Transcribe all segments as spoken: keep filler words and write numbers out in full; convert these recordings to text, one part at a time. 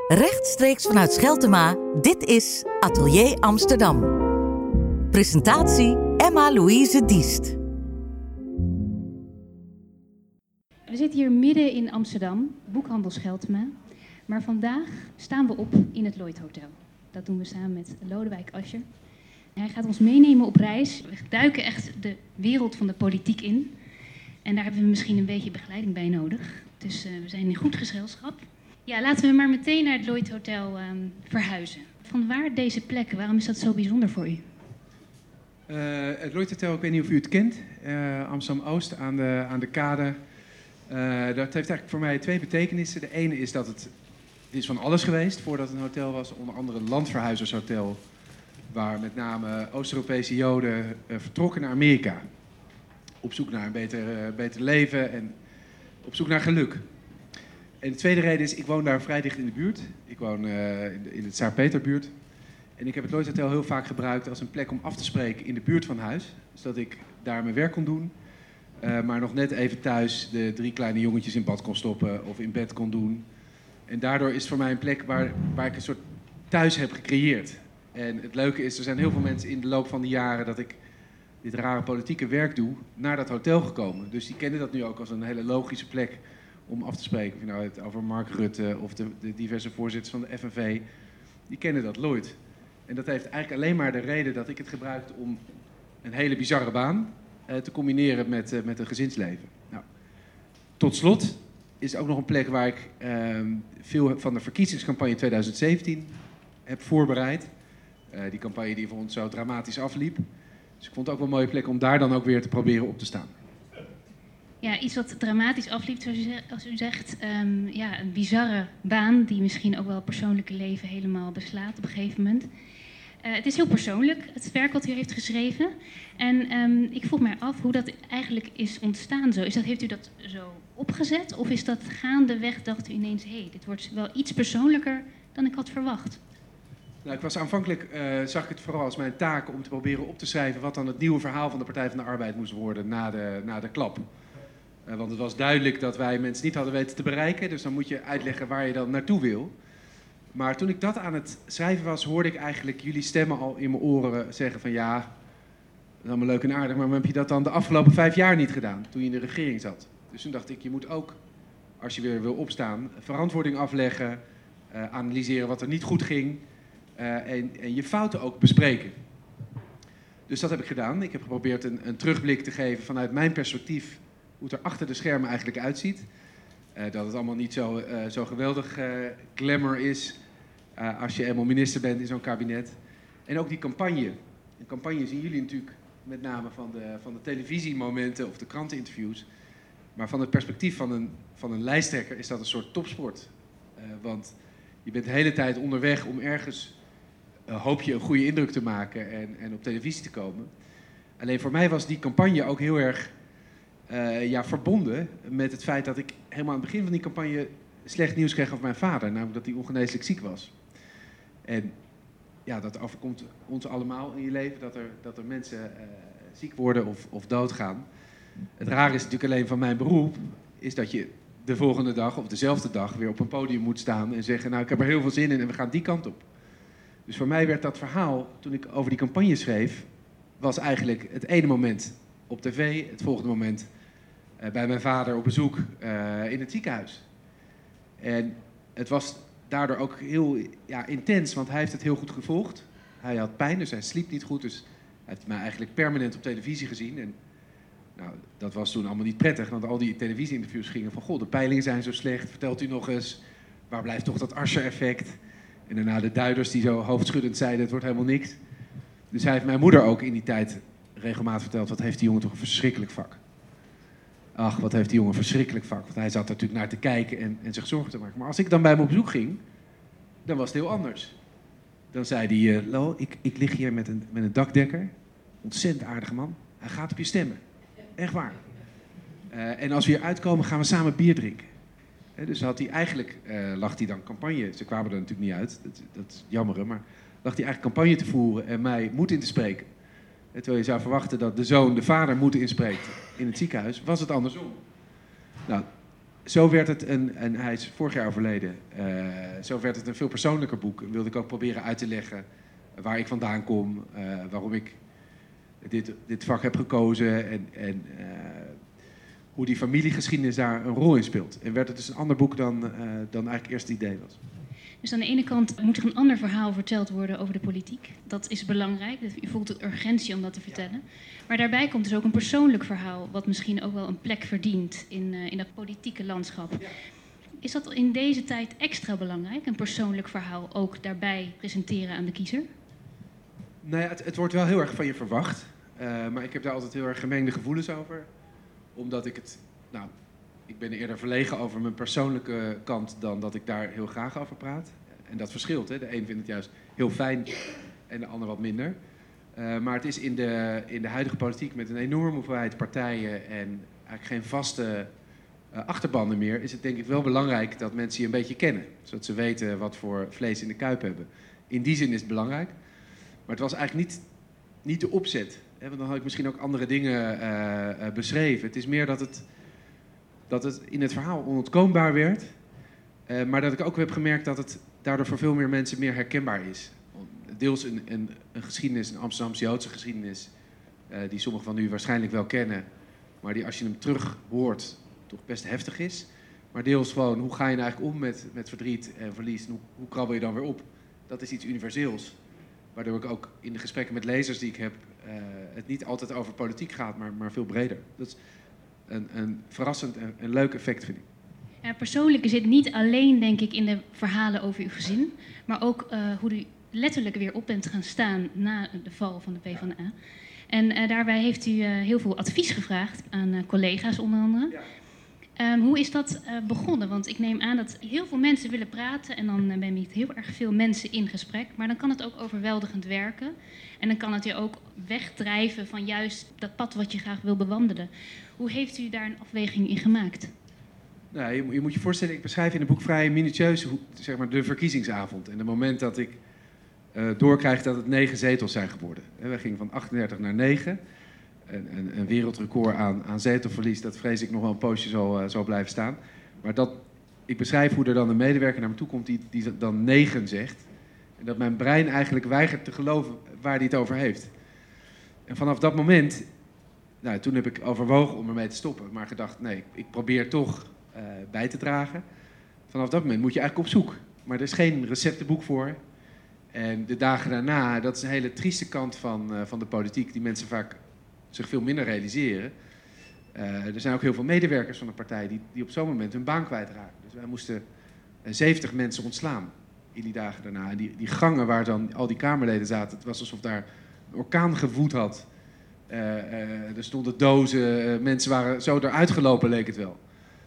Rechtstreeks vanuit Scheltema, dit is Atelier Amsterdam. Presentatie Emma-Louise Diest. We zitten hier midden in Amsterdam, boekhandel Scheltema. Maar vandaag staan we op in het Lloyd Hotel. Dat doen we samen met Lodewijk Asscher. Hij gaat ons meenemen op reis. We duiken echt de wereld van de politiek in. En daar hebben we misschien een beetje begeleiding bij nodig. Dus uh, we zijn in goed gezelschap. Ja, laten we maar meteen naar het Lloyd Hotel um, verhuizen. Vanwaar deze plek? Waarom is dat zo bijzonder voor u? Uh, het Lloyd Hotel, ik weet niet of u het kent. Uh, Amsterdam-Oost aan de, aan de kade. Uh, dat heeft eigenlijk voor mij twee betekenissen. De ene is dat het, het is van alles geweest voordat het een hotel was. Onder andere een landverhuizershotel. Waar met name Oost-Europese Joden uh, vertrokken naar Amerika. Op zoek naar een beter, uh, beter leven en op zoek naar geluk. En de tweede reden is, ik woon daar vrij dicht in de buurt. Ik woon uh, in, de, in het Saar-Peterbuurt. En ik heb het Lloyd Hotel heel vaak gebruikt als een plek om af te spreken in de buurt van huis. Zodat ik daar mijn werk kon doen. Uh, maar nog net even thuis de drie kleine jongetjes in bad kon stoppen of in bed kon doen. En daardoor is het voor mij een plek waar, waar ik een soort thuis heb gecreëerd. En het leuke is, er zijn heel veel mensen in de loop van de jaren dat ik dit rare politieke werk doe, naar dat hotel gekomen. Dus die kennen dat nu ook als een hele logische plek om af te spreken. Of je nou het over Mark Rutte of de, de diverse voorzitters van de F N V, die kennen dat Lloyd. En dat heeft eigenlijk alleen maar de reden dat ik het gebruikte om een hele bizarre baan uh, te combineren met, uh, met een gezinsleven. Nou, tot slot is ook nog een plek waar ik uh, veel van de verkiezingscampagne twintig zeventien heb voorbereid. Uh, die campagne die voor ons zo dramatisch afliep. Dus ik vond het ook wel een mooie plek om daar dan ook weer te proberen op te staan. Ja, iets wat dramatisch afliep, zoals u zegt. Als u zegt um, ja, een bizarre baan die misschien ook wel het persoonlijke leven helemaal beslaat op een gegeven moment. Uh, het is heel persoonlijk, het werk wat u heeft geschreven. En um, ik vroeg mij af hoe dat eigenlijk is ontstaan zo. Is dat, heeft u dat zo opgezet? Of is dat gaandeweg, dacht u ineens, hé, hey, dit wordt wel iets persoonlijker dan ik had verwacht? Nou, ik was aanvankelijk, uh, zag ik het vooral als mijn taak om te proberen op te schrijven wat dan het nieuwe verhaal van de Partij van de Arbeid moest worden na de, na de klap. Uh, want het was duidelijk dat wij mensen niet hadden weten te bereiken, dus dan moet je uitleggen waar je dan naartoe wil. Maar toen ik dat aan het schrijven was, hoorde ik eigenlijk jullie stemmen al in mijn oren zeggen van ja, dat is allemaal leuk en aardig, maar waarom heb je dat dan de afgelopen vijf jaar niet gedaan, toen je in de regering zat? Dus toen dacht ik, je moet ook, als je weer wil opstaan, verantwoording afleggen, uh, analyseren wat er niet goed ging. Uh, en, en je fouten ook bespreken. Dus dat heb ik gedaan. Ik heb geprobeerd een, een terugblik te geven vanuit mijn perspectief hoe het er achter de schermen eigenlijk uitziet. Uh, dat het allemaal niet zo, uh, zo geweldig uh, glamour is uh, als je eenmaal minister bent in zo'n kabinet. En ook die campagne. Een campagne zien jullie natuurlijk met name van de, van de televisiemomenten of de kranteninterviews. Maar van het perspectief van een, van een lijsttrekker is dat een soort topsport. Uh, want je bent de hele tijd onderweg om ergens Uh, hoop je een goede indruk te maken en, en op televisie te komen. Alleen voor mij was die campagne ook heel erg uh, ja, verbonden met het feit dat ik helemaal aan het begin van die campagne slecht nieuws kreeg over mijn vader. Namelijk dat hij ongeneeslijk ziek was. En ja, dat overkomt ons allemaal in je leven, dat er, dat er mensen uh, ziek worden of, of doodgaan. Het rare is natuurlijk alleen van mijn beroep, is dat je de volgende dag of dezelfde dag weer op een podium moet staan en zeggen, nou ik heb er heel veel zin in en we gaan die kant op. Dus voor mij werd dat verhaal, toen ik over die campagne schreef, was eigenlijk het ene moment op tv, het volgende moment uh, bij mijn vader op bezoek uh, in het ziekenhuis. En het was daardoor ook heel ja, intens, want hij heeft het heel goed gevolgd. Hij had pijn, dus hij sliep niet goed, dus hij heeft mij eigenlijk permanent op televisie gezien. En nou, dat was toen allemaal niet prettig, want al die televisieinterviews gingen van, goh, de peilingen zijn zo slecht, vertelt u nog eens, waar blijft toch dat Asscher-effect? En daarna de duiders die zo hoofdschuddend zeiden, het wordt helemaal niks. Dus hij heeft mijn moeder ook in die tijd regelmatig verteld, wat heeft die jongen toch een verschrikkelijk vak. Ach, wat heeft die jongen een verschrikkelijk vak. Want hij zat er natuurlijk naar te kijken en, en zich zorgen te maken. Maar als ik dan bij hem op bezoek ging, dan was het heel anders. Dan zei hij, uh, Lo, ik, ik lig hier met een, met een dakdekker. Ontzettend aardige man. Hij gaat op je stemmen. Echt waar. Uh, en als we hier uitkomen, gaan we samen bier drinken. He, dus had hij eigenlijk, uh, lag hij dan campagne, ze kwamen er natuurlijk niet uit, dat, dat is jammer, maar lag hij eigenlijk campagne te voeren en mij moed in te spreken. En terwijl je zou verwachten dat de zoon de vader moed inspreekt in het ziekenhuis, was het andersom. Nou, zo werd het een, en hij is vorig jaar overleden, uh, zo werd het een veel persoonlijker boek. En wilde ik ook proberen uit te leggen waar ik vandaan kom, uh, waarom ik dit, dit vak heb gekozen en, en uh, hoe die familiegeschiedenis daar een rol in speelt. En werd het dus een ander boek dan, uh, dan eigenlijk eerst het idee was. Dus aan de ene kant moet er een ander verhaal verteld worden over de politiek. Dat is belangrijk. U voelt de urgentie om dat te vertellen. Maar daarbij komt dus ook een persoonlijk verhaal, wat misschien ook wel een plek verdient in, uh, in dat politieke landschap. Is dat in deze tijd extra belangrijk, een persoonlijk verhaal ook daarbij presenteren aan de kiezer? Nou ja, het, het wordt wel heel erg van je verwacht. Uh, maar ik heb daar altijd heel erg gemengde gevoelens over. Omdat ik het... Nou, ik ben eerder verlegen over mijn persoonlijke kant dan dat ik daar heel graag over praat. En dat verschilt. Hè. De een vindt het juist heel fijn en de ander wat minder. Uh, maar het is in de, in de huidige politiek met een enorme hoeveelheid partijen en eigenlijk geen vaste uh, achterbanden meer, is het denk ik wel belangrijk dat mensen je een beetje kennen. Zodat ze weten wat voor vlees in de kuip hebben. In die zin is het belangrijk. Maar het was eigenlijk niet, niet de opzet. Hè, want dan had ik misschien ook andere dingen uh, uh, beschreven. Het is meer dat het... dat het in het verhaal onontkoombaar werd. Uh, maar dat ik ook heb gemerkt dat het daardoor voor veel meer mensen meer herkenbaar is. Deels een, een, een geschiedenis, een Amsterdamse Joodse geschiedenis, uh, die sommigen van u waarschijnlijk wel kennen, maar die als je hem terug hoort toch best heftig is. Maar deels gewoon, hoe ga je nou eigenlijk om met, met verdriet en verlies en hoe, hoe krabbel je dan weer op? Dat is iets universeels. Waardoor ik ook in de gesprekken met lezers die ik heb, uh, het niet altijd over politiek gaat, maar, maar veel breder. Dat is een, een verrassend en een leuk effect, vind ik. Ja, persoonlijke zit niet alleen, denk ik, in de verhalen over uw gezin, maar ook uh, hoe u letterlijk weer op bent gaan staan na de val van de PvdA. En uh, daarbij heeft u uh, heel veel advies gevraagd aan uh, collega's onder andere. Ja. Um, hoe is dat uh, begonnen? Want ik neem aan dat heel veel mensen willen praten en dan uh, ben je met heel erg veel mensen in gesprek. Maar dan kan het ook overweldigend werken. En dan kan het je ook wegdrijven van juist dat pad wat je graag wil bewandelen. Hoe heeft u daar een afweging in gemaakt? Nou, je, je moet je voorstellen, ik beschrijf in het boek vrij minutieus hoe, zeg maar, de verkiezingsavond. En het moment dat ik uh, doorkrijg dat het negen zetels zijn geworden. En we gingen van achtendertig naar negen. Een, een, een wereldrecord aan, aan zetelverlies, dat vrees ik nog wel een poosje zal, uh, zal blijven staan. Maar dat, ik beschrijf hoe er dan een medewerker naar me toe komt die, die dan negen zegt. En dat mijn brein eigenlijk weigert te geloven waar hij het over heeft. En vanaf dat moment, nou, toen heb ik overwogen om ermee te stoppen. Maar gedacht, nee, ik probeer toch uh, bij te dragen. Vanaf dat moment moet je eigenlijk op zoek. Maar er is geen receptenboek voor. En de dagen daarna, dat is een hele trieste kant van, uh, van de politiek, die mensen vaak zich veel minder realiseren. Uh, er zijn ook heel veel medewerkers van de partij die, die op zo'n moment hun baan kwijtraken. Dus wij moesten uh, zeventig mensen ontslaan in die dagen daarna. En die, die gangen waar dan al die Kamerleden zaten, het was alsof daar een orkaan gewoed had. Uh, uh, er stonden dozen, uh, mensen waren zo eruit gelopen, leek het wel.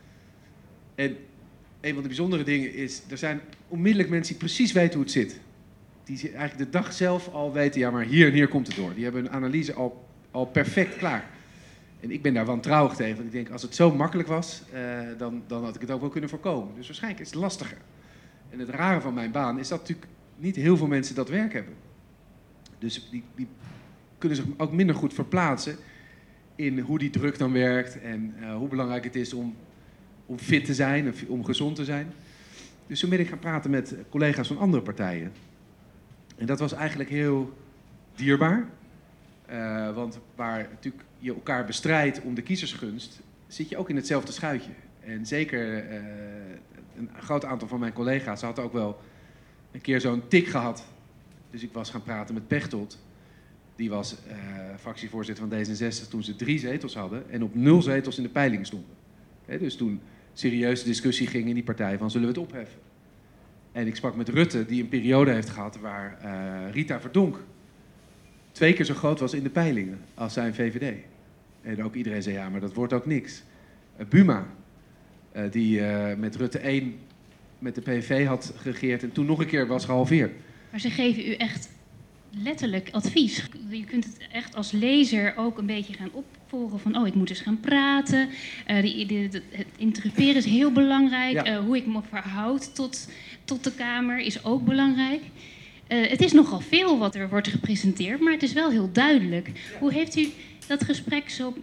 En een van de bijzondere dingen is, er zijn onmiddellijk mensen die precies weten hoe het zit. Die eigenlijk de dag zelf al weten, ja maar hier en hier komt het door. Die hebben hun analyse al, al perfect klaar. En ik ben daar wantrouwig tegen, want ik denk, als het zo makkelijk was, uh, dan, dan had ik het ook wel kunnen voorkomen. Dus waarschijnlijk is het lastiger. En het rare van mijn baan is dat natuurlijk niet heel veel mensen dat werk hebben. Dus die, die kunnen zich ook minder goed verplaatsen in hoe die druk dan werkt en uh, hoe belangrijk het is om, om fit te zijn, om gezond te zijn. Dus toen ben ik gaan praten met collega's van andere partijen. En dat was eigenlijk heel dierbaar. Uh, want waar natuurlijk je elkaar bestrijdt om de kiezersgunst, zit je ook in hetzelfde schuitje. En zeker uh, een groot aantal van mijn collega's had ook wel een keer zo'n tik gehad. Dus ik was gaan praten met Pechtold. Die was uh, fractievoorzitter van D zesenzestig toen ze drie zetels hadden en op nul zetels in de peiling stonden. Okay, dus toen serieuze discussie ging in die partij van zullen we het opheffen. En ik sprak met Rutte, die een periode heeft gehad waar uh, Rita Verdonk twee keer zo groot was in de peilingen als zijn V V D. En ook iedereen zei ja, maar dat wordt ook niks. Uh, Buma, uh, die uh, met Rutte één met de P V V had geregeerd en toen nog een keer was gehalveerd. Maar ze geven u echt letterlijk advies. Je kunt het echt als lezer ook een beetje gaan opvolgen van oh, ik moet eens gaan praten. Uh, die, die, die, het interruperen is heel belangrijk. Ja. Uh, hoe ik me verhoud tot, tot de Kamer is ook belangrijk. Uh, het is nogal veel wat er wordt gepresenteerd, maar het is wel heel duidelijk. Ja. Hoe heeft u dat gesprek zo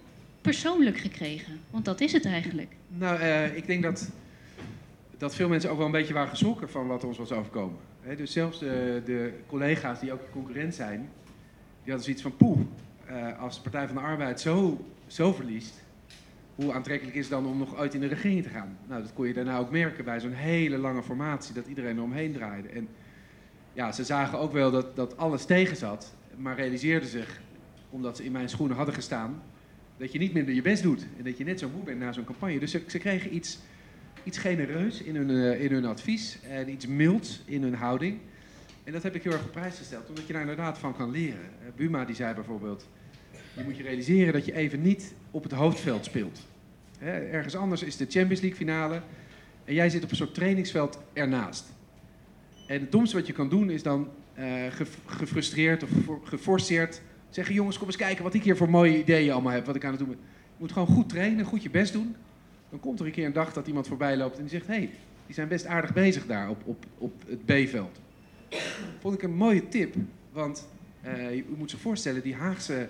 persoonlijk gekregen? Want dat is het eigenlijk. Nou, uh, ik denk dat, dat veel mensen ook wel een beetje waren geschrokken van wat ons was overkomen. He, dus zelfs de, de collega's die ook concurrent zijn, die hadden zoiets van poeh, uh, als de Partij van de Arbeid zo, zo verliest, hoe aantrekkelijk is het dan om nog uit in de regering te gaan? Nou, dat kon je daarna ook merken bij zo'n hele lange formatie, dat iedereen eromheen draaide. En ja, ze zagen ook wel dat, dat alles tegen zat, maar realiseerden zich, omdat ze in mijn schoenen hadden gestaan, dat je niet minder je best doet en dat je net zo moe bent na zo'n campagne. Dus ze, ze kregen iets, iets genereus in hun, uh, in hun advies en iets milds in hun houding. En dat heb ik heel erg op prijs gesteld, omdat je daar inderdaad van kan leren. Uh, Buma die zei bijvoorbeeld, je moet je realiseren dat je even niet op het hoofdveld speelt. Hè, ergens anders is de Champions League finale en jij zit op een soort trainingsveld ernaast. En het domste wat je kan doen is dan uh, gefrustreerd of geforceerd zeggen, jongens, kom eens kijken wat ik hier voor mooie ideeën allemaal heb, wat ik aan het doen ben. Je moet gewoon goed trainen, goed je best doen. Dan komt er een keer een dag dat iemand voorbij loopt en die zegt, hé, hey, die zijn best aardig bezig daar op, op, op het B-veld. Vond ik een mooie tip, want uh, je moet zich voorstellen, die Haagse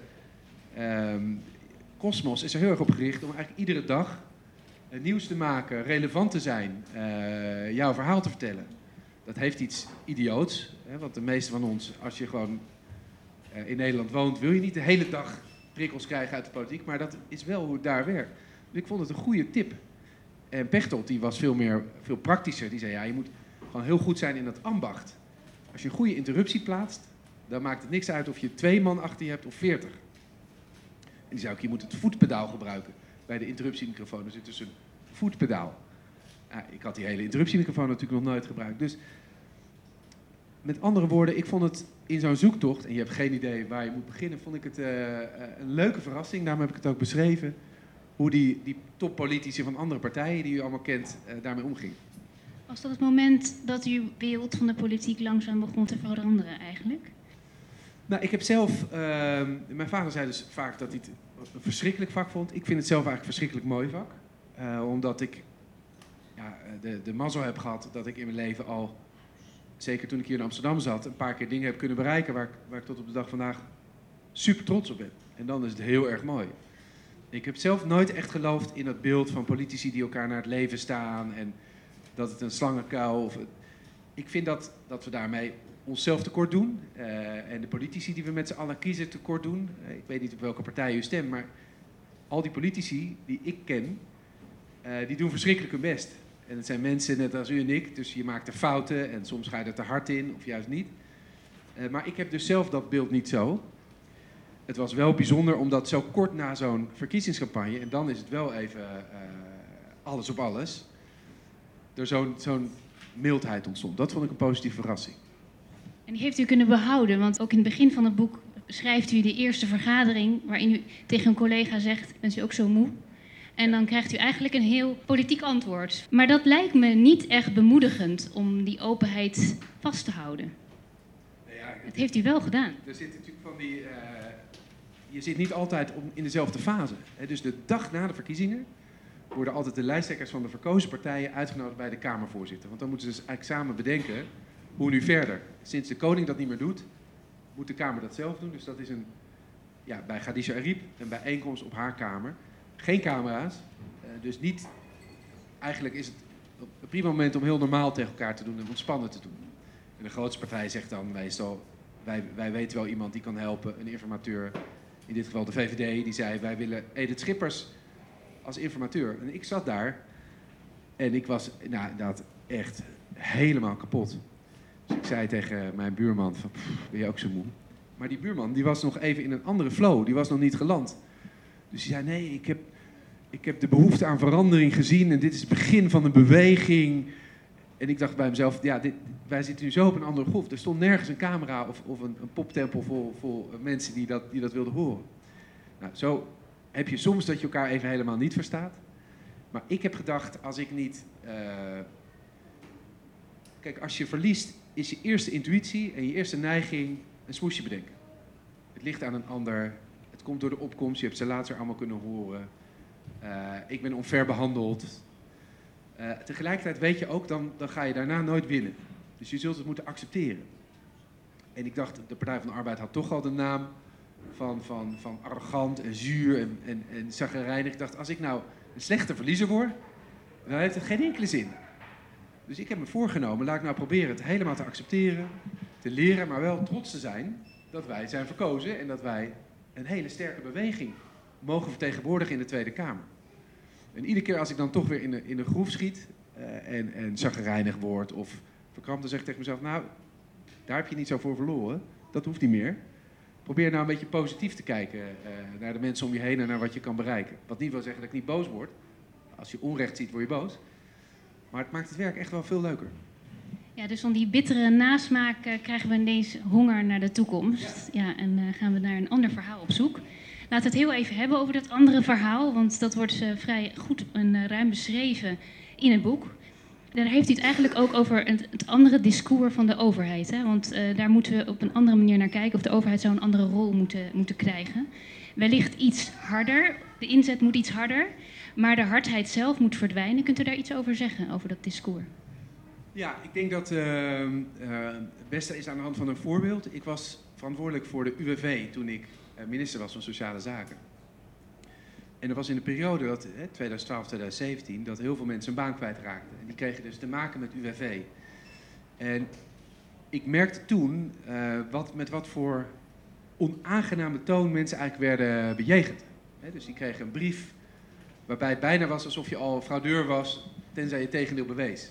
kosmos um, is er heel erg op gericht om eigenlijk iedere dag uh, nieuws te maken, relevant te zijn, uh, jouw verhaal te vertellen. Dat heeft iets idioots, hè, want de meeste van ons, als je gewoon uh, in Nederland woont, wil je niet de hele dag prikkels krijgen uit de politiek, maar dat is wel hoe het daar werkt. Dus ik vond het een goede tip. En Pechtold, die was veel meer, veel praktischer, die zei, ja, je moet gewoon heel goed zijn in dat ambacht. Als je een goede interruptie plaatst, dan maakt het niks uit of je twee man achter je hebt of veertig. En die zei ook, je moet het voetpedaal gebruiken. Bij de interruptiemicrofoon, er zit dus een voetpedaal. Ja, ik had die hele interruptiemicrofoon natuurlijk nog nooit gebruikt. Dus met andere woorden, ik vond het in zo'n zoektocht, en je hebt geen idee waar je moet beginnen, vond ik het uh, een leuke verrassing. Daarom heb ik het ook beschreven, hoe die, die toppolitici van andere partijen, die u allemaal kent, uh, daarmee omgingen. Was dat het moment dat uw beeld van de politiek langzaam begon te veranderen eigenlijk? Nou, ik heb zelf... Uh, mijn vader zei dus vaak dat hij het een verschrikkelijk vak vond. Ik vind het zelf eigenlijk een verschrikkelijk mooi vak. Uh, omdat ik ja, de, de mazzel heb gehad dat ik in mijn leven al, zeker toen ik hier in Amsterdam zat, een paar keer dingen heb kunnen bereiken waar ik, waar ik tot op de dag vandaag super trots op ben. En dan is het heel erg mooi. Ik heb zelf nooit echt geloofd in dat beeld van politici die elkaar naar het leven staan en dat het een slangenkuil... Of, ik vind dat, dat we daarmee onszelf tekort doen uh, en de politici die we met z'n allen kiezen tekort doen. Uh, ik weet niet op welke partij u stemt, maar al die politici die ik ken, uh, die doen verschrikkelijk hun best. En het zijn mensen net als u en ik, dus je maakt er fouten en soms ga je er te hard in of juist niet. Uh, maar ik heb dus zelf dat beeld niet zo. Het was wel bijzonder omdat zo kort na zo'n verkiezingscampagne, en dan is het wel even uh, alles op alles, er zo'n zo'n mildheid ontstond. Dat vond ik een positieve verrassing. En die heeft u kunnen behouden, want ook in het begin van het boek schrijft u de eerste vergadering waarin u tegen een collega zegt, bent u ook zo moe? En dan krijgt u eigenlijk een heel politiek antwoord. Maar dat lijkt me niet echt bemoedigend om die openheid vast te houden. Nou ja, dat heeft u wel gedaan. Er zit natuurlijk van die... Uh, je zit niet altijd in dezelfde fase. Hè? Dus de dag na de verkiezingen worden altijd de lijsttrekkers van de verkozen partijen uitgenodigd bij de Kamervoorzitter. Want dan moeten ze dus eigenlijk samen bedenken, hoe nu verder? Sinds de koning dat niet meer doet, moet de Kamer dat zelf doen. Dus dat is een, ja, bij Khadija Arib een bijeenkomst op haar kamer. Geen camera's, uh, dus niet... Eigenlijk is het een prima moment om heel normaal tegen elkaar te doen en ontspannen te doen. En de grootste partij zegt dan meestal, wij, wij weten wel iemand die kan helpen, een informateur. In dit geval de V V D, die zei, wij willen Edith Schippers als informateur. En ik zat daar en ik was nou, inderdaad echt helemaal kapot. Dus ik zei tegen mijn buurman, van, ben je ook zo moe? Maar die buurman die was nog even in een andere flow, die was nog niet geland. Dus hij zei, nee, ik heb, ik heb de behoefte aan verandering gezien en dit is het begin van een beweging. En ik dacht bij mezelf, ja, dit, wij zitten nu zo op een andere golf. Er stond nergens een camera of, of een, een poptempel vol, vol mensen die dat, die dat wilden horen. Nou, zo heb je soms dat je elkaar even helemaal niet verstaat. Maar ik heb gedacht, als ik niet... Uh... Kijk, als je verliest, is je eerste intuïtie en je eerste neiging een smoesje bedenken. Het ligt aan een ander, het komt door de opkomst, je hebt ze later allemaal kunnen horen. Uh, ik ben onfair behandeld. Uh, tegelijkertijd weet je ook, dan, dan ga je daarna nooit winnen. Dus je zult het moeten accepteren. En ik dacht, de Partij van de Arbeid had toch al de naam van, van, van arrogant en zuur en, en, en chagrijnig. Ik dacht, als ik nou een slechte verliezer word, dan heeft het geen enkele zin. Dus ik heb me voorgenomen, laat ik nou proberen het helemaal te accepteren, te leren, maar wel trots te zijn dat wij zijn verkozen en dat wij een hele sterke beweging mogen vertegenwoordigen in de Tweede Kamer. En iedere keer als ik dan toch weer in de, in de groef schiet uh, en, en chagrijnig word of verkrampt, dan zeg ik tegen mezelf, nou, daar heb je niet zo voor verloren, dat hoeft niet meer. Probeer nou een beetje positief te kijken uh, naar de mensen om je heen en naar wat je kan bereiken. Wat niet wil zeggen dat ik niet boos word. Als je onrecht ziet, word je boos. Maar het maakt het werk echt wel veel leuker. Ja, dus van die bittere nasmaak uh, krijgen we ineens honger naar de toekomst. Ja, ja en uh, gaan we naar een ander verhaal op zoek. Laten we het heel even hebben over dat andere verhaal, want dat wordt uh, vrij goed en uh, ruim beschreven in het boek. Daar heeft u het eigenlijk ook over het, het andere discours van de overheid. Hè? Want uh, daar moeten we op een andere manier naar kijken, of de overheid zou een andere rol moeten, moeten krijgen. Wellicht iets harder, de inzet moet iets harder, maar de hardheid zelf moet verdwijnen. Kunt u daar iets over zeggen, over dat discours? Ja, ik denk dat uh, uh, het beste is aan de hand van een voorbeeld. Ik was verantwoordelijk voor de U W V toen ik uh, minister was van Sociale Zaken. En dat was in de periode, dat, hè, twintig twaalf, twintig zeventien, dat heel veel mensen een baan kwijtraakten. En die kregen dus te maken met U W V. En ik merkte toen uh, wat, met wat voor onaangename toon mensen eigenlijk werden bejegend. Hè, dus die kregen een brief waarbij het bijna was alsof je al fraudeur was, tenzij je tegendeel bewees.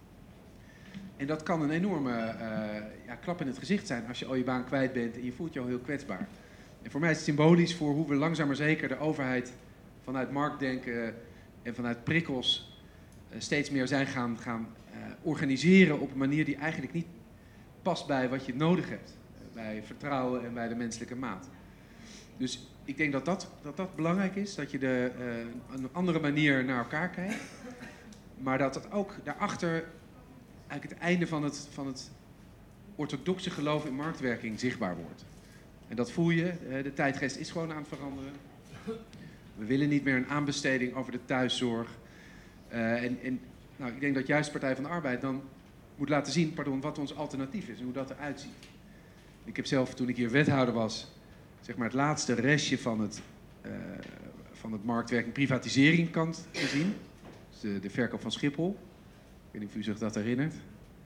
En dat kan een enorme uh, ja, klap in het gezicht zijn als je al je baan kwijt bent en je voelt je al heel kwetsbaar. En voor mij is het symbolisch voor hoe we langzaam maar zeker de overheid vanuit marktdenken en vanuit prikkels uh, steeds meer zijn gaan, gaan uh, organiseren op een manier die eigenlijk niet past bij wat je nodig hebt. Uh, bij vertrouwen en bij de menselijke maat. Dus ik denk dat dat, dat, dat belangrijk is, dat je de, uh, een andere manier naar elkaar kijkt. Maar dat het ook daarachter eigenlijk het einde van het, van het orthodoxe geloof in marktwerking zichtbaar wordt. En dat voel je, de tijdgeest is gewoon aan het veranderen. We willen niet meer een aanbesteding over de thuiszorg. Uh, en, en nou, ik denk dat juist de Partij van de Arbeid dan moet laten zien pardon, wat ons alternatief is en hoe dat eruit ziet. Ik heb zelf, toen ik hier wethouder was, zeg maar het laatste restje van het, uh, van het marktwerking privatisering kant gezien. Dus de, de verkoop van Schiphol. Ik weet niet of u zich dat herinnert.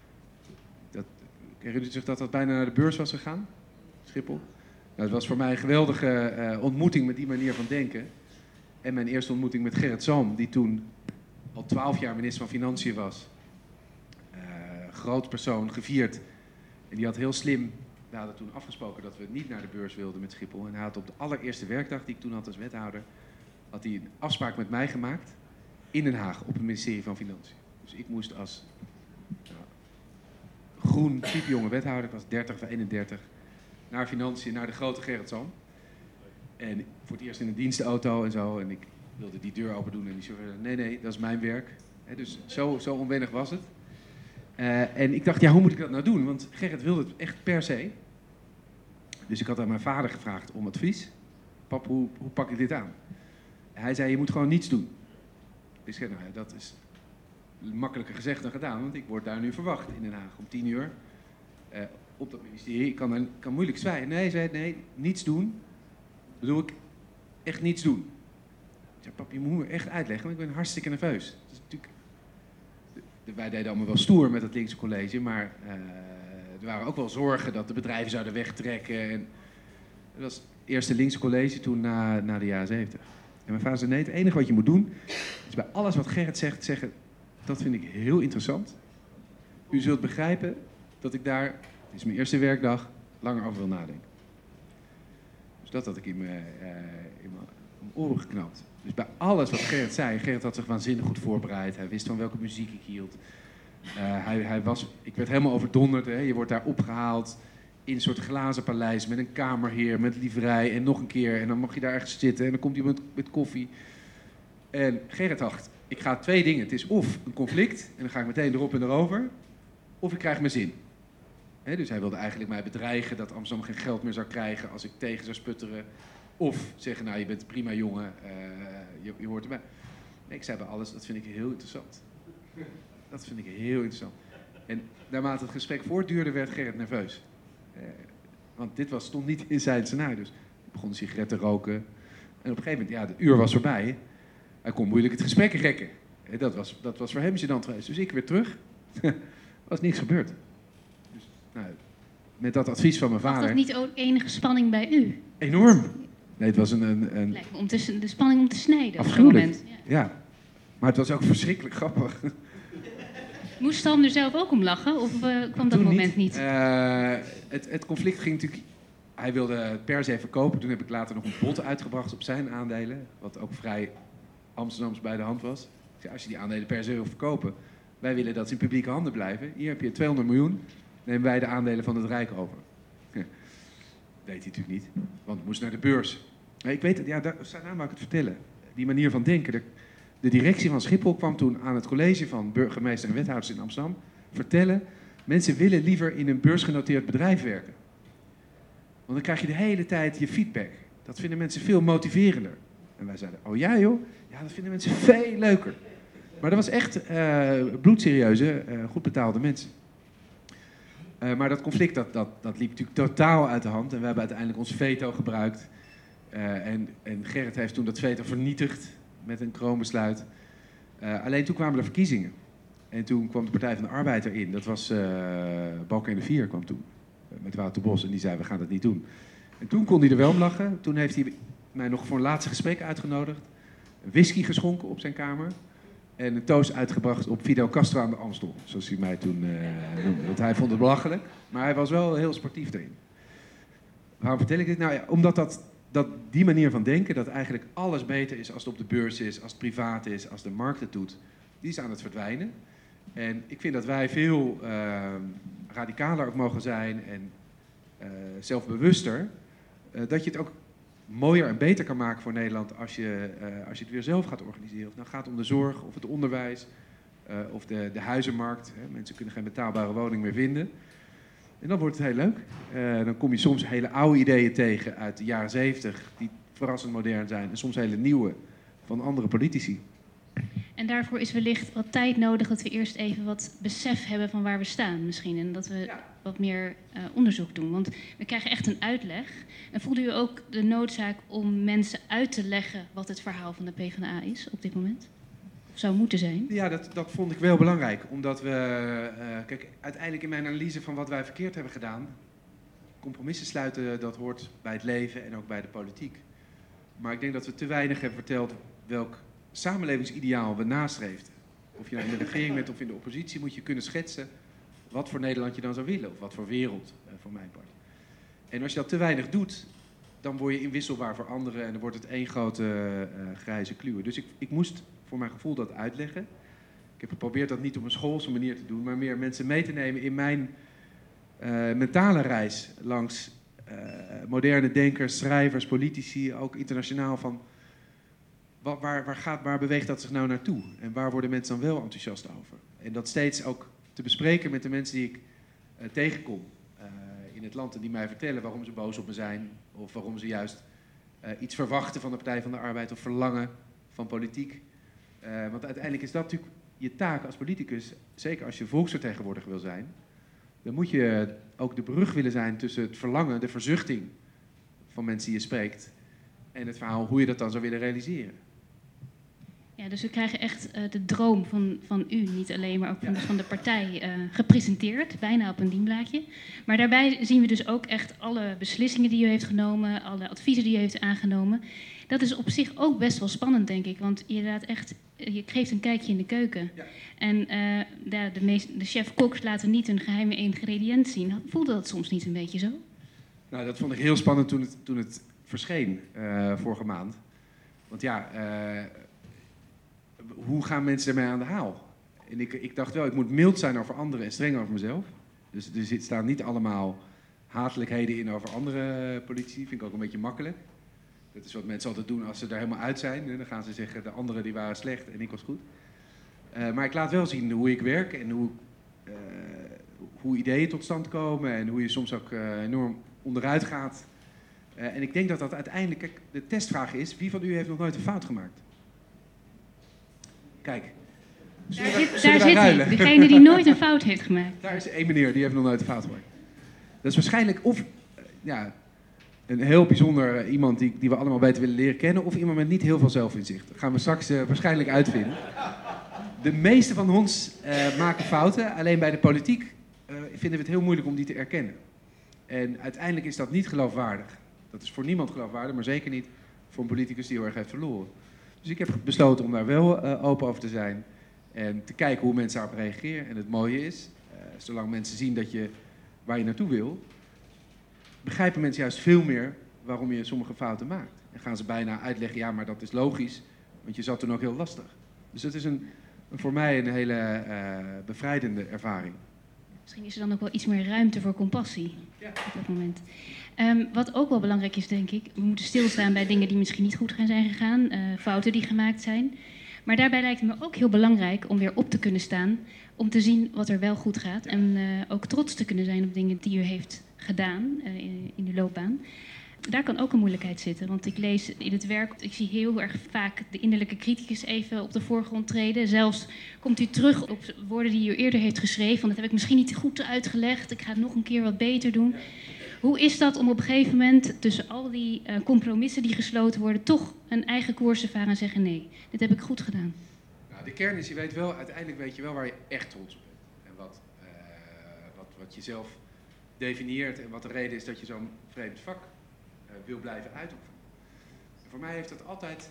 Dat, herinnert u zich dat dat bijna naar de beurs was gegaan? Schiphol? Nou, het was voor mij een geweldige uh, ontmoeting met die manier van denken. En mijn eerste ontmoeting met Gerrit Zalm, die toen al twaalf jaar minister van Financiën was. Uh, groot persoon, gevierd. En die had heel slim, we hadden toen afgesproken dat we niet naar de beurs wilden met Schiphol. En hij had op de allereerste werkdag die ik toen had als wethouder, had hij een afspraak met mij gemaakt in Den Haag op het ministerie van Financiën. Dus ik moest als nou, groen, piepjonge wethouder, ik was dertig of eenendertig, naar Financiën, naar de grote Gerrit Zalm. En voor het eerst in een dienstenauto en zo. En ik wilde die deur open doen en die chauffeur zei, nee, nee, dat is mijn werk. He, dus zo, zo onwennig was het. Uh, en ik dacht, ja, hoe moet ik dat nou doen? Want Gerrit wilde het echt per se. Dus ik had aan mijn vader gevraagd om advies. Pap, hoe, hoe pak ik dit aan? En hij zei, je moet gewoon niets doen. Ik zei, nou ja, dat is makkelijker gezegd dan gedaan. Want ik word daar nu verwacht in Den Haag om tien uur. Uh, op dat ministerie. Ik kan, dan, kan moeilijk zwijgen. Nee, hij zei, nee, niets doen. Bedoel ik, echt niets doen. Ik zei, pap, je moet me echt uitleggen, want ik ben hartstikke nerveus. Dat is natuurlijk... Wij deden allemaal wel stoer met het linkse college, maar uh, er waren ook wel zorgen dat de bedrijven zouden wegtrekken. En dat was het eerste linkse college toen na, na de jaren zeventig. En mijn vader zei, nee, het enige wat je moet doen, is bij alles wat Gerrit zegt, zeggen, dat vind ik heel interessant. U zult begrijpen dat ik daar, het is mijn eerste werkdag, langer over wil nadenken. Dus dat had ik in mijn, uh, in mijn, in mijn oren geknapt. Dus bij alles wat Gerrit zei, Gerrit had zich waanzinnig goed voorbereid. Hij wist van welke muziek ik hield. Uh, hij, hij was, ik werd helemaal overdonderd. Hè. Je wordt daar opgehaald in een soort glazen paleis met een kamerheer, met livrei en nog een keer. En dan mag je daar ergens zitten en dan komt iemand met koffie. En Gerrit dacht, ik ga twee dingen. Het is of een conflict en dan ga ik meteen erop en erover. Of ik krijg mijn zin. He, dus hij wilde eigenlijk mij bedreigen dat Amsterdam geen geld meer zou krijgen als ik tegen zou sputteren. Of zeggen, nou je bent een prima jongen, uh, je, je hoort erbij. Nee, ik zei bij alles, dat vind ik heel interessant. Dat vind ik heel interessant. En naarmate het gesprek voortduurde werd Gerrit nerveus. Uh, want dit was, stond niet in zijn scenario. Dus Ik begon een sigaret te roken. En op een gegeven moment, ja, het uur was voorbij. Hij kon moeilijk het gesprek rekken. Dat was, dat was voor hem gênant geweest. Dus ik weer terug. Er was niks gebeurd. Dus, nou, met dat advies van mijn vader... Was dat niet ook enige spanning bij u? Enorm. Nee, het was een... een, een... Lijkt me om te, de spanning om te snijden. Afschuwelijk. Op dat moment. Ja. ja. Maar het was ook verschrikkelijk grappig. Moest Stam er zelf ook om lachen? Of uh, kwam dat Toen moment niet? niet. Uh, het, het conflict ging natuurlijk... Hij wilde het per se verkopen. Toen heb ik later nog een bod uitgebracht op zijn aandelen. Wat ook vrij Amsterdams bij de hand was. Ik zei, als je die aandelen per se wil verkopen... Wij willen dat ze in publieke handen blijven. Hier heb je tweehonderd miljoen. Nemen wij de aandelen van het Rijk over. Dat deed hij natuurlijk niet. Want het moest naar de beurs. Ik weet het, ja, daar, daarna mag ik het vertellen. Die manier van denken. De, de directie van Schiphol kwam toen aan het college van burgemeester en wethouders in Amsterdam vertellen... Mensen willen liever in een beursgenoteerd bedrijf werken. Want dan krijg je de hele tijd je feedback. Dat vinden mensen veel motiverender. En wij zeiden, oh ja joh, ja, dat vinden mensen veel leuker. Maar dat was echt uh, bloedserieuze, uh, goed betaalde mensen. Uh, maar dat conflict, dat, dat, dat liep natuurlijk totaal uit de hand. En we hebben uiteindelijk ons veto gebruikt. Uh, en, en Gerrit heeft toen dat veto vernietigd met een kroonbesluit. Uh, alleen toen kwamen de verkiezingen. En toen kwam de Partij van de Arbeid erin. Dat was uh, Balken de Vier kwam toen. Uh, met Wouter Bos. En die zei, we gaan dat niet doen. En toen kon hij er wel om lachen. Toen heeft hij mij nog voor een laatste gesprek uitgenodigd. Een whisky geschonken op zijn kamer. En een toast uitgebracht op Fidel Castro aan de Amstel. Zoals hij mij toen uh, noemde. Want hij vond het belachelijk. Maar hij was wel heel sportief erin. Waarom vertel ik dit? Nou ja, omdat dat, dat die manier van denken... dat eigenlijk alles beter is als het op de beurs is... als het privaat is, als de markt het doet... die is aan het verdwijnen. En ik vind dat wij veel uh, radicaler ook mogen zijn... en uh, zelfbewuster... Uh, dat je het ook mooier en beter kan maken voor Nederland als je, uh, als je het weer zelf gaat organiseren. Of het nou gaat om de zorg, of het onderwijs, uh, of de, de huizenmarkt. Hè. Mensen kunnen geen betaalbare woning meer vinden. En dan wordt het heel leuk. Uh, dan kom je soms hele oude ideeën tegen uit de jaren zeventig, die verrassend modern zijn. En soms hele nieuwe van andere politici. En daarvoor is wellicht wat tijd nodig dat we eerst even wat besef hebben van waar we staan misschien. En dat we ja. wat meer uh, onderzoek doen. Want we krijgen echt een uitleg. En voelde u ook de noodzaak om mensen uit te leggen wat het verhaal van de PvdA is op dit moment? Of zou moeten zijn? Ja, dat, dat vond ik wel belangrijk. Omdat we, uh, kijk, uiteindelijk in mijn analyse van wat wij verkeerd hebben gedaan... compromissen sluiten, dat hoort bij het leven en ook bij de politiek. Maar ik denk dat we te weinig hebben verteld welk samenlevingsideaal we nastreefden. Of je nou in de regering bent of in de oppositie, moet je kunnen schetsen wat voor Nederland je dan zou willen. Of wat voor wereld, uh, voor mijn part. En als je dat te weinig doet, dan word je inwisselbaar voor anderen en dan wordt het één grote uh, grijze kluwen. Dus ik, ik moest voor mijn gevoel dat uitleggen. Ik heb geprobeerd dat niet op een schoolse manier te doen, maar meer mensen mee te nemen in mijn uh, mentale reis langs uh, moderne denkers, schrijvers, politici, ook internationaal van... Waar, waar, gaat, waar beweegt dat zich nou naartoe? En waar worden mensen dan wel enthousiast over? En dat steeds ook te bespreken met de mensen die ik uh, tegenkom uh, in het land... en die mij vertellen waarom ze boos op me zijn... of waarom ze juist uh, iets verwachten van de Partij van de Arbeid... of verlangen van politiek. Uh, want uiteindelijk is dat natuurlijk je taak als politicus... zeker als je volksvertegenwoordiger wil zijn... dan moet je ook de brug willen zijn tussen het verlangen, de verzuchting... van mensen die je spreekt... en het verhaal hoe je dat dan zou willen realiseren. Ja, dus we krijgen echt uh, de droom van, van u, niet alleen, maar ook van, ja. van de partij uh, gepresenteerd, bijna op een dienblaadje. Maar daarbij zien we dus ook echt alle beslissingen die u heeft genomen, alle adviezen die u heeft aangenomen. Dat is op zich ook best wel spannend, denk ik, want je laat echt, je geeft een kijkje in de keuken. Ja. En uh, de, de, meest, de chef-koks laten niet hun geheime ingrediënt zien. Voelde dat soms niet een beetje zo? Nou, dat vond ik heel spannend toen het, toen het verscheen uh, vorige maand. Want ja... Uh, hoe gaan mensen ermee aan de haal? En ik, ik dacht wel, ik moet mild zijn over anderen en streng over mezelf. Dus er zit, staan niet allemaal hatelijkheden in over andere politici. Vind ik ook een beetje makkelijk. Dat is wat mensen altijd doen als ze er helemaal uit zijn. Dan gaan ze zeggen, de anderen die waren slecht en ik was goed. Uh, maar ik laat wel zien hoe ik werk en hoe, uh, hoe ideeën tot stand komen. En hoe je soms ook uh, enorm onderuit gaat. Uh, en ik denk dat dat uiteindelijk, kijk, de testvraag is, wie van u heeft nog nooit een fout gemaakt? Kijk, daar zit, daar zit hij, degene die nooit een fout heeft gemaakt. Daar is één meneer, die heeft nog nooit een fout gemaakt. Dat is waarschijnlijk of, ja, een heel bijzonder uh, iemand die, die we allemaal beter willen leren kennen, of iemand met niet heel veel zelfinzicht. Dat gaan we straks uh, waarschijnlijk uitvinden. De meeste van ons uh, maken fouten, alleen bij de politiek uh, vinden we het heel moeilijk om die te erkennen. En uiteindelijk is dat niet geloofwaardig. Dat is voor niemand geloofwaardig, maar zeker niet voor een politicus die heel erg heeft verloren. Dus ik heb besloten om daar wel uh, open over te zijn en te kijken hoe mensen daarop reageren. En het mooie is, uh, zolang mensen zien dat je, waar je naartoe wil, begrijpen mensen juist veel meer waarom je sommige fouten maakt. En gaan ze bijna uitleggen, ja, maar dat is logisch, want je zat toen ook heel lastig. Dus dat is een, een, voor mij een hele uh, bevrijdende ervaring. Misschien is er dan ook wel iets meer ruimte voor compassie ja. op dat moment. Um, wat ook wel belangrijk is, denk ik, we moeten stilstaan bij dingen die misschien niet goed gaan zijn gegaan, uh, fouten die gemaakt zijn. Maar daarbij lijkt het me ook heel belangrijk om weer op te kunnen staan, om te zien wat er wel goed gaat. En uh, ook trots te kunnen zijn op dingen die u heeft gedaan uh, in, in uw loopbaan. Daar kan ook een moeilijkheid zitten, want ik lees in het werk, ik zie heel erg vaak de innerlijke criticus even op de voorgrond treden. Zelfs komt u terug op woorden die u eerder heeft geschreven, want dat heb ik misschien niet goed uitgelegd, ik ga het nog een keer wat beter doen. Hoe is dat om op een gegeven moment tussen al die uh, compromissen die gesloten worden, toch een eigen koers te varen en zeggen nee, dit heb ik goed gedaan? Nou, de kern is, je weet wel, uiteindelijk weet je wel waar je echt trots op bent. En wat, uh, wat, wat je zelf definieert en wat de reden is dat je zo'n vreemd vak uh, wil blijven uitoefenen. En voor mij heeft dat altijd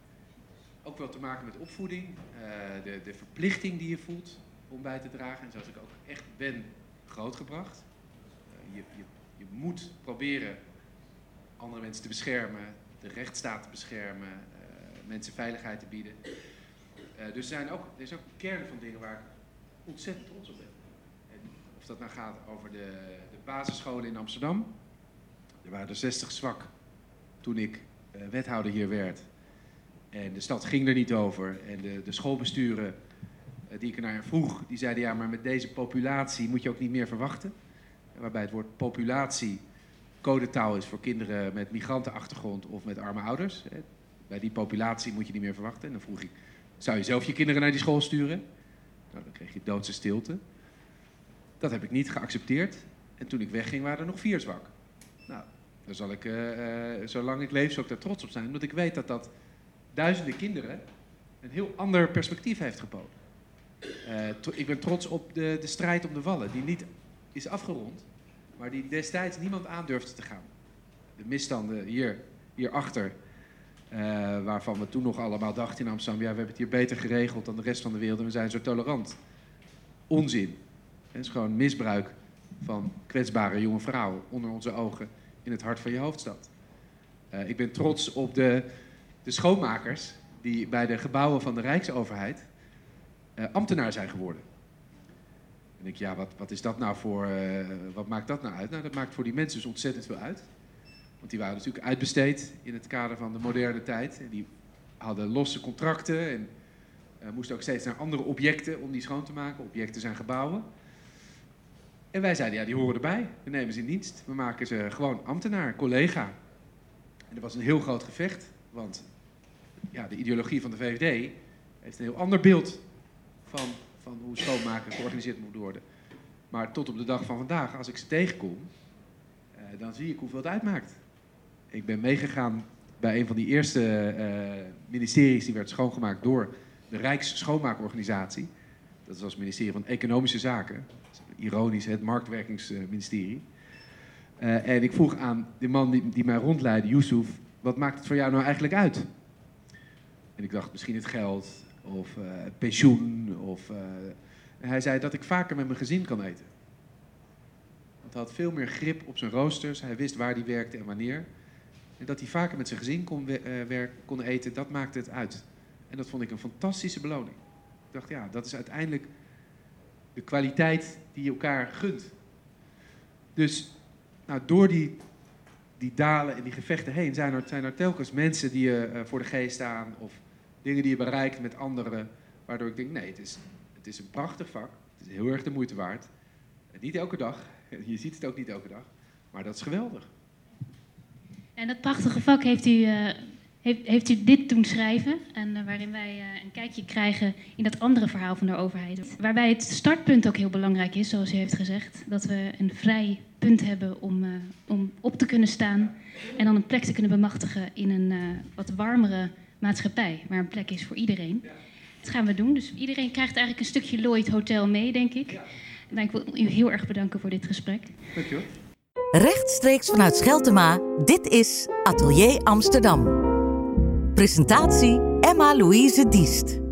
ook wel te maken met opvoeding, uh, de, de verplichting die je voelt om bij te dragen. En zoals ik ook echt ben grootgebracht. Uh, je, je, je moet proberen andere mensen te beschermen, de rechtsstaat te beschermen, uh, mensen veiligheid te bieden. Uh, dus er, zijn ook, er is ook een kern van dingen waar ik ontzettend trots op ben. En of dat nou gaat over de, de basisscholen in Amsterdam. Er waren er zestig zwak toen ik uh, wethouder hier werd. En de stad ging er niet over. En de, de schoolbesturen uh, die ik er naar vroeg, die zeiden ja, maar met deze populatie moet je ook niet meer verwachten. Waarbij het woord populatie codetaal is voor kinderen met migrantenachtergrond of met arme ouders. Bij die populatie moet je niet meer verwachten. En dan vroeg ik, zou je zelf je kinderen naar die school sturen? Nou, dan kreeg je doodse stilte. Dat heb ik niet geaccepteerd. En toen ik wegging waren er nog vier zwak. Nou, dan zal ik, uh, uh, zolang ik leef, zal ik daar trots op zijn. Omdat ik weet dat dat duizenden kinderen een heel ander perspectief heeft geboden. Uh, to- ik ben trots op de, de strijd om de Wallen, die niet is afgerond, maar die destijds niemand aandurfde te gaan. De misstanden hier, hierachter, uh, waarvan we toen nog allemaal dachten in Amsterdam, ja, we hebben het hier beter geregeld dan de rest van de wereld en we zijn zo tolerant. Onzin. Het is gewoon misbruik van kwetsbare jonge vrouwen onder onze ogen in het hart van je hoofdstad. Uh, ik ben trots op de, de schoonmakers die bij de gebouwen van de Rijksoverheid uh, ambtenaar zijn geworden. En ik, ja, wat, wat is dat nou voor, uh, wat maakt dat nou uit? Nou, dat maakt voor die mensen dus ontzettend veel uit. Want die waren natuurlijk uitbesteed in het kader van de moderne tijd. En die hadden losse contracten en uh, moesten ook steeds naar andere objecten om die schoon te maken. Objecten zijn gebouwen. En wij zeiden, ja, die horen erbij. We nemen ze in dienst. We maken ze gewoon ambtenaar, collega. En er was een heel groot gevecht, want ja, de ideologie van de V V D heeft een heel ander beeld van, van hoe schoonmaken georganiseerd moet worden. Maar tot op de dag van vandaag, als ik ze tegenkom, uh, dan zie ik hoeveel het uitmaakt. Ik ben meegegaan bij een van die eerste uh, ministeries die werd schoongemaakt door de Rijksschoonmaakorganisatie. Dat was het ministerie van Economische Zaken. Ironisch, het marktwerkingsministerie. Uh, en ik vroeg aan de man die, die mij rondleidde, Yusuf, wat maakt het voor jou nou eigenlijk uit? En ik dacht, misschien het geld, of uh, pensioen, of... Uh, en hij zei dat ik vaker met mijn gezin kan eten. Want hij had veel meer grip op zijn roosters, hij wist waar hij werkte en wanneer. En dat hij vaker met zijn gezin kon, uh, werk, kon eten, dat maakte het uit. En dat vond ik een fantastische beloning. Ik dacht, ja, dat is uiteindelijk de kwaliteit die je elkaar gunt. Dus nou, door die, die dalen en die gevechten heen zijn er, zijn er telkens mensen die je uh, voor de geest staan of dingen die je bereikt met anderen, waardoor ik denk, nee, het is, het is een prachtig vak, het is heel erg de moeite waard. En niet elke dag, je ziet het ook niet elke dag, maar dat is geweldig. En dat prachtige vak heeft u uh, heeft, heeft u dit doen schrijven. En uh, waarin wij uh, een kijkje krijgen in dat andere verhaal van de overheid. Waarbij het startpunt ook heel belangrijk is, zoals u heeft gezegd. Dat we een vrij punt hebben om, uh, om op te kunnen staan. En dan een plek te kunnen bemachtigen in een uh, wat warmere maatschappij. Waar een plek is voor iedereen. Dat gaan we doen. Dus iedereen krijgt eigenlijk een stukje Lloyd Hotel mee, denk ik. En ik wil u heel erg bedanken voor dit gesprek. Dank je wel. Rechtstreeks vanuit Scheltema, dit is Atelier Amsterdam. Presentatie Emma Louise Diest.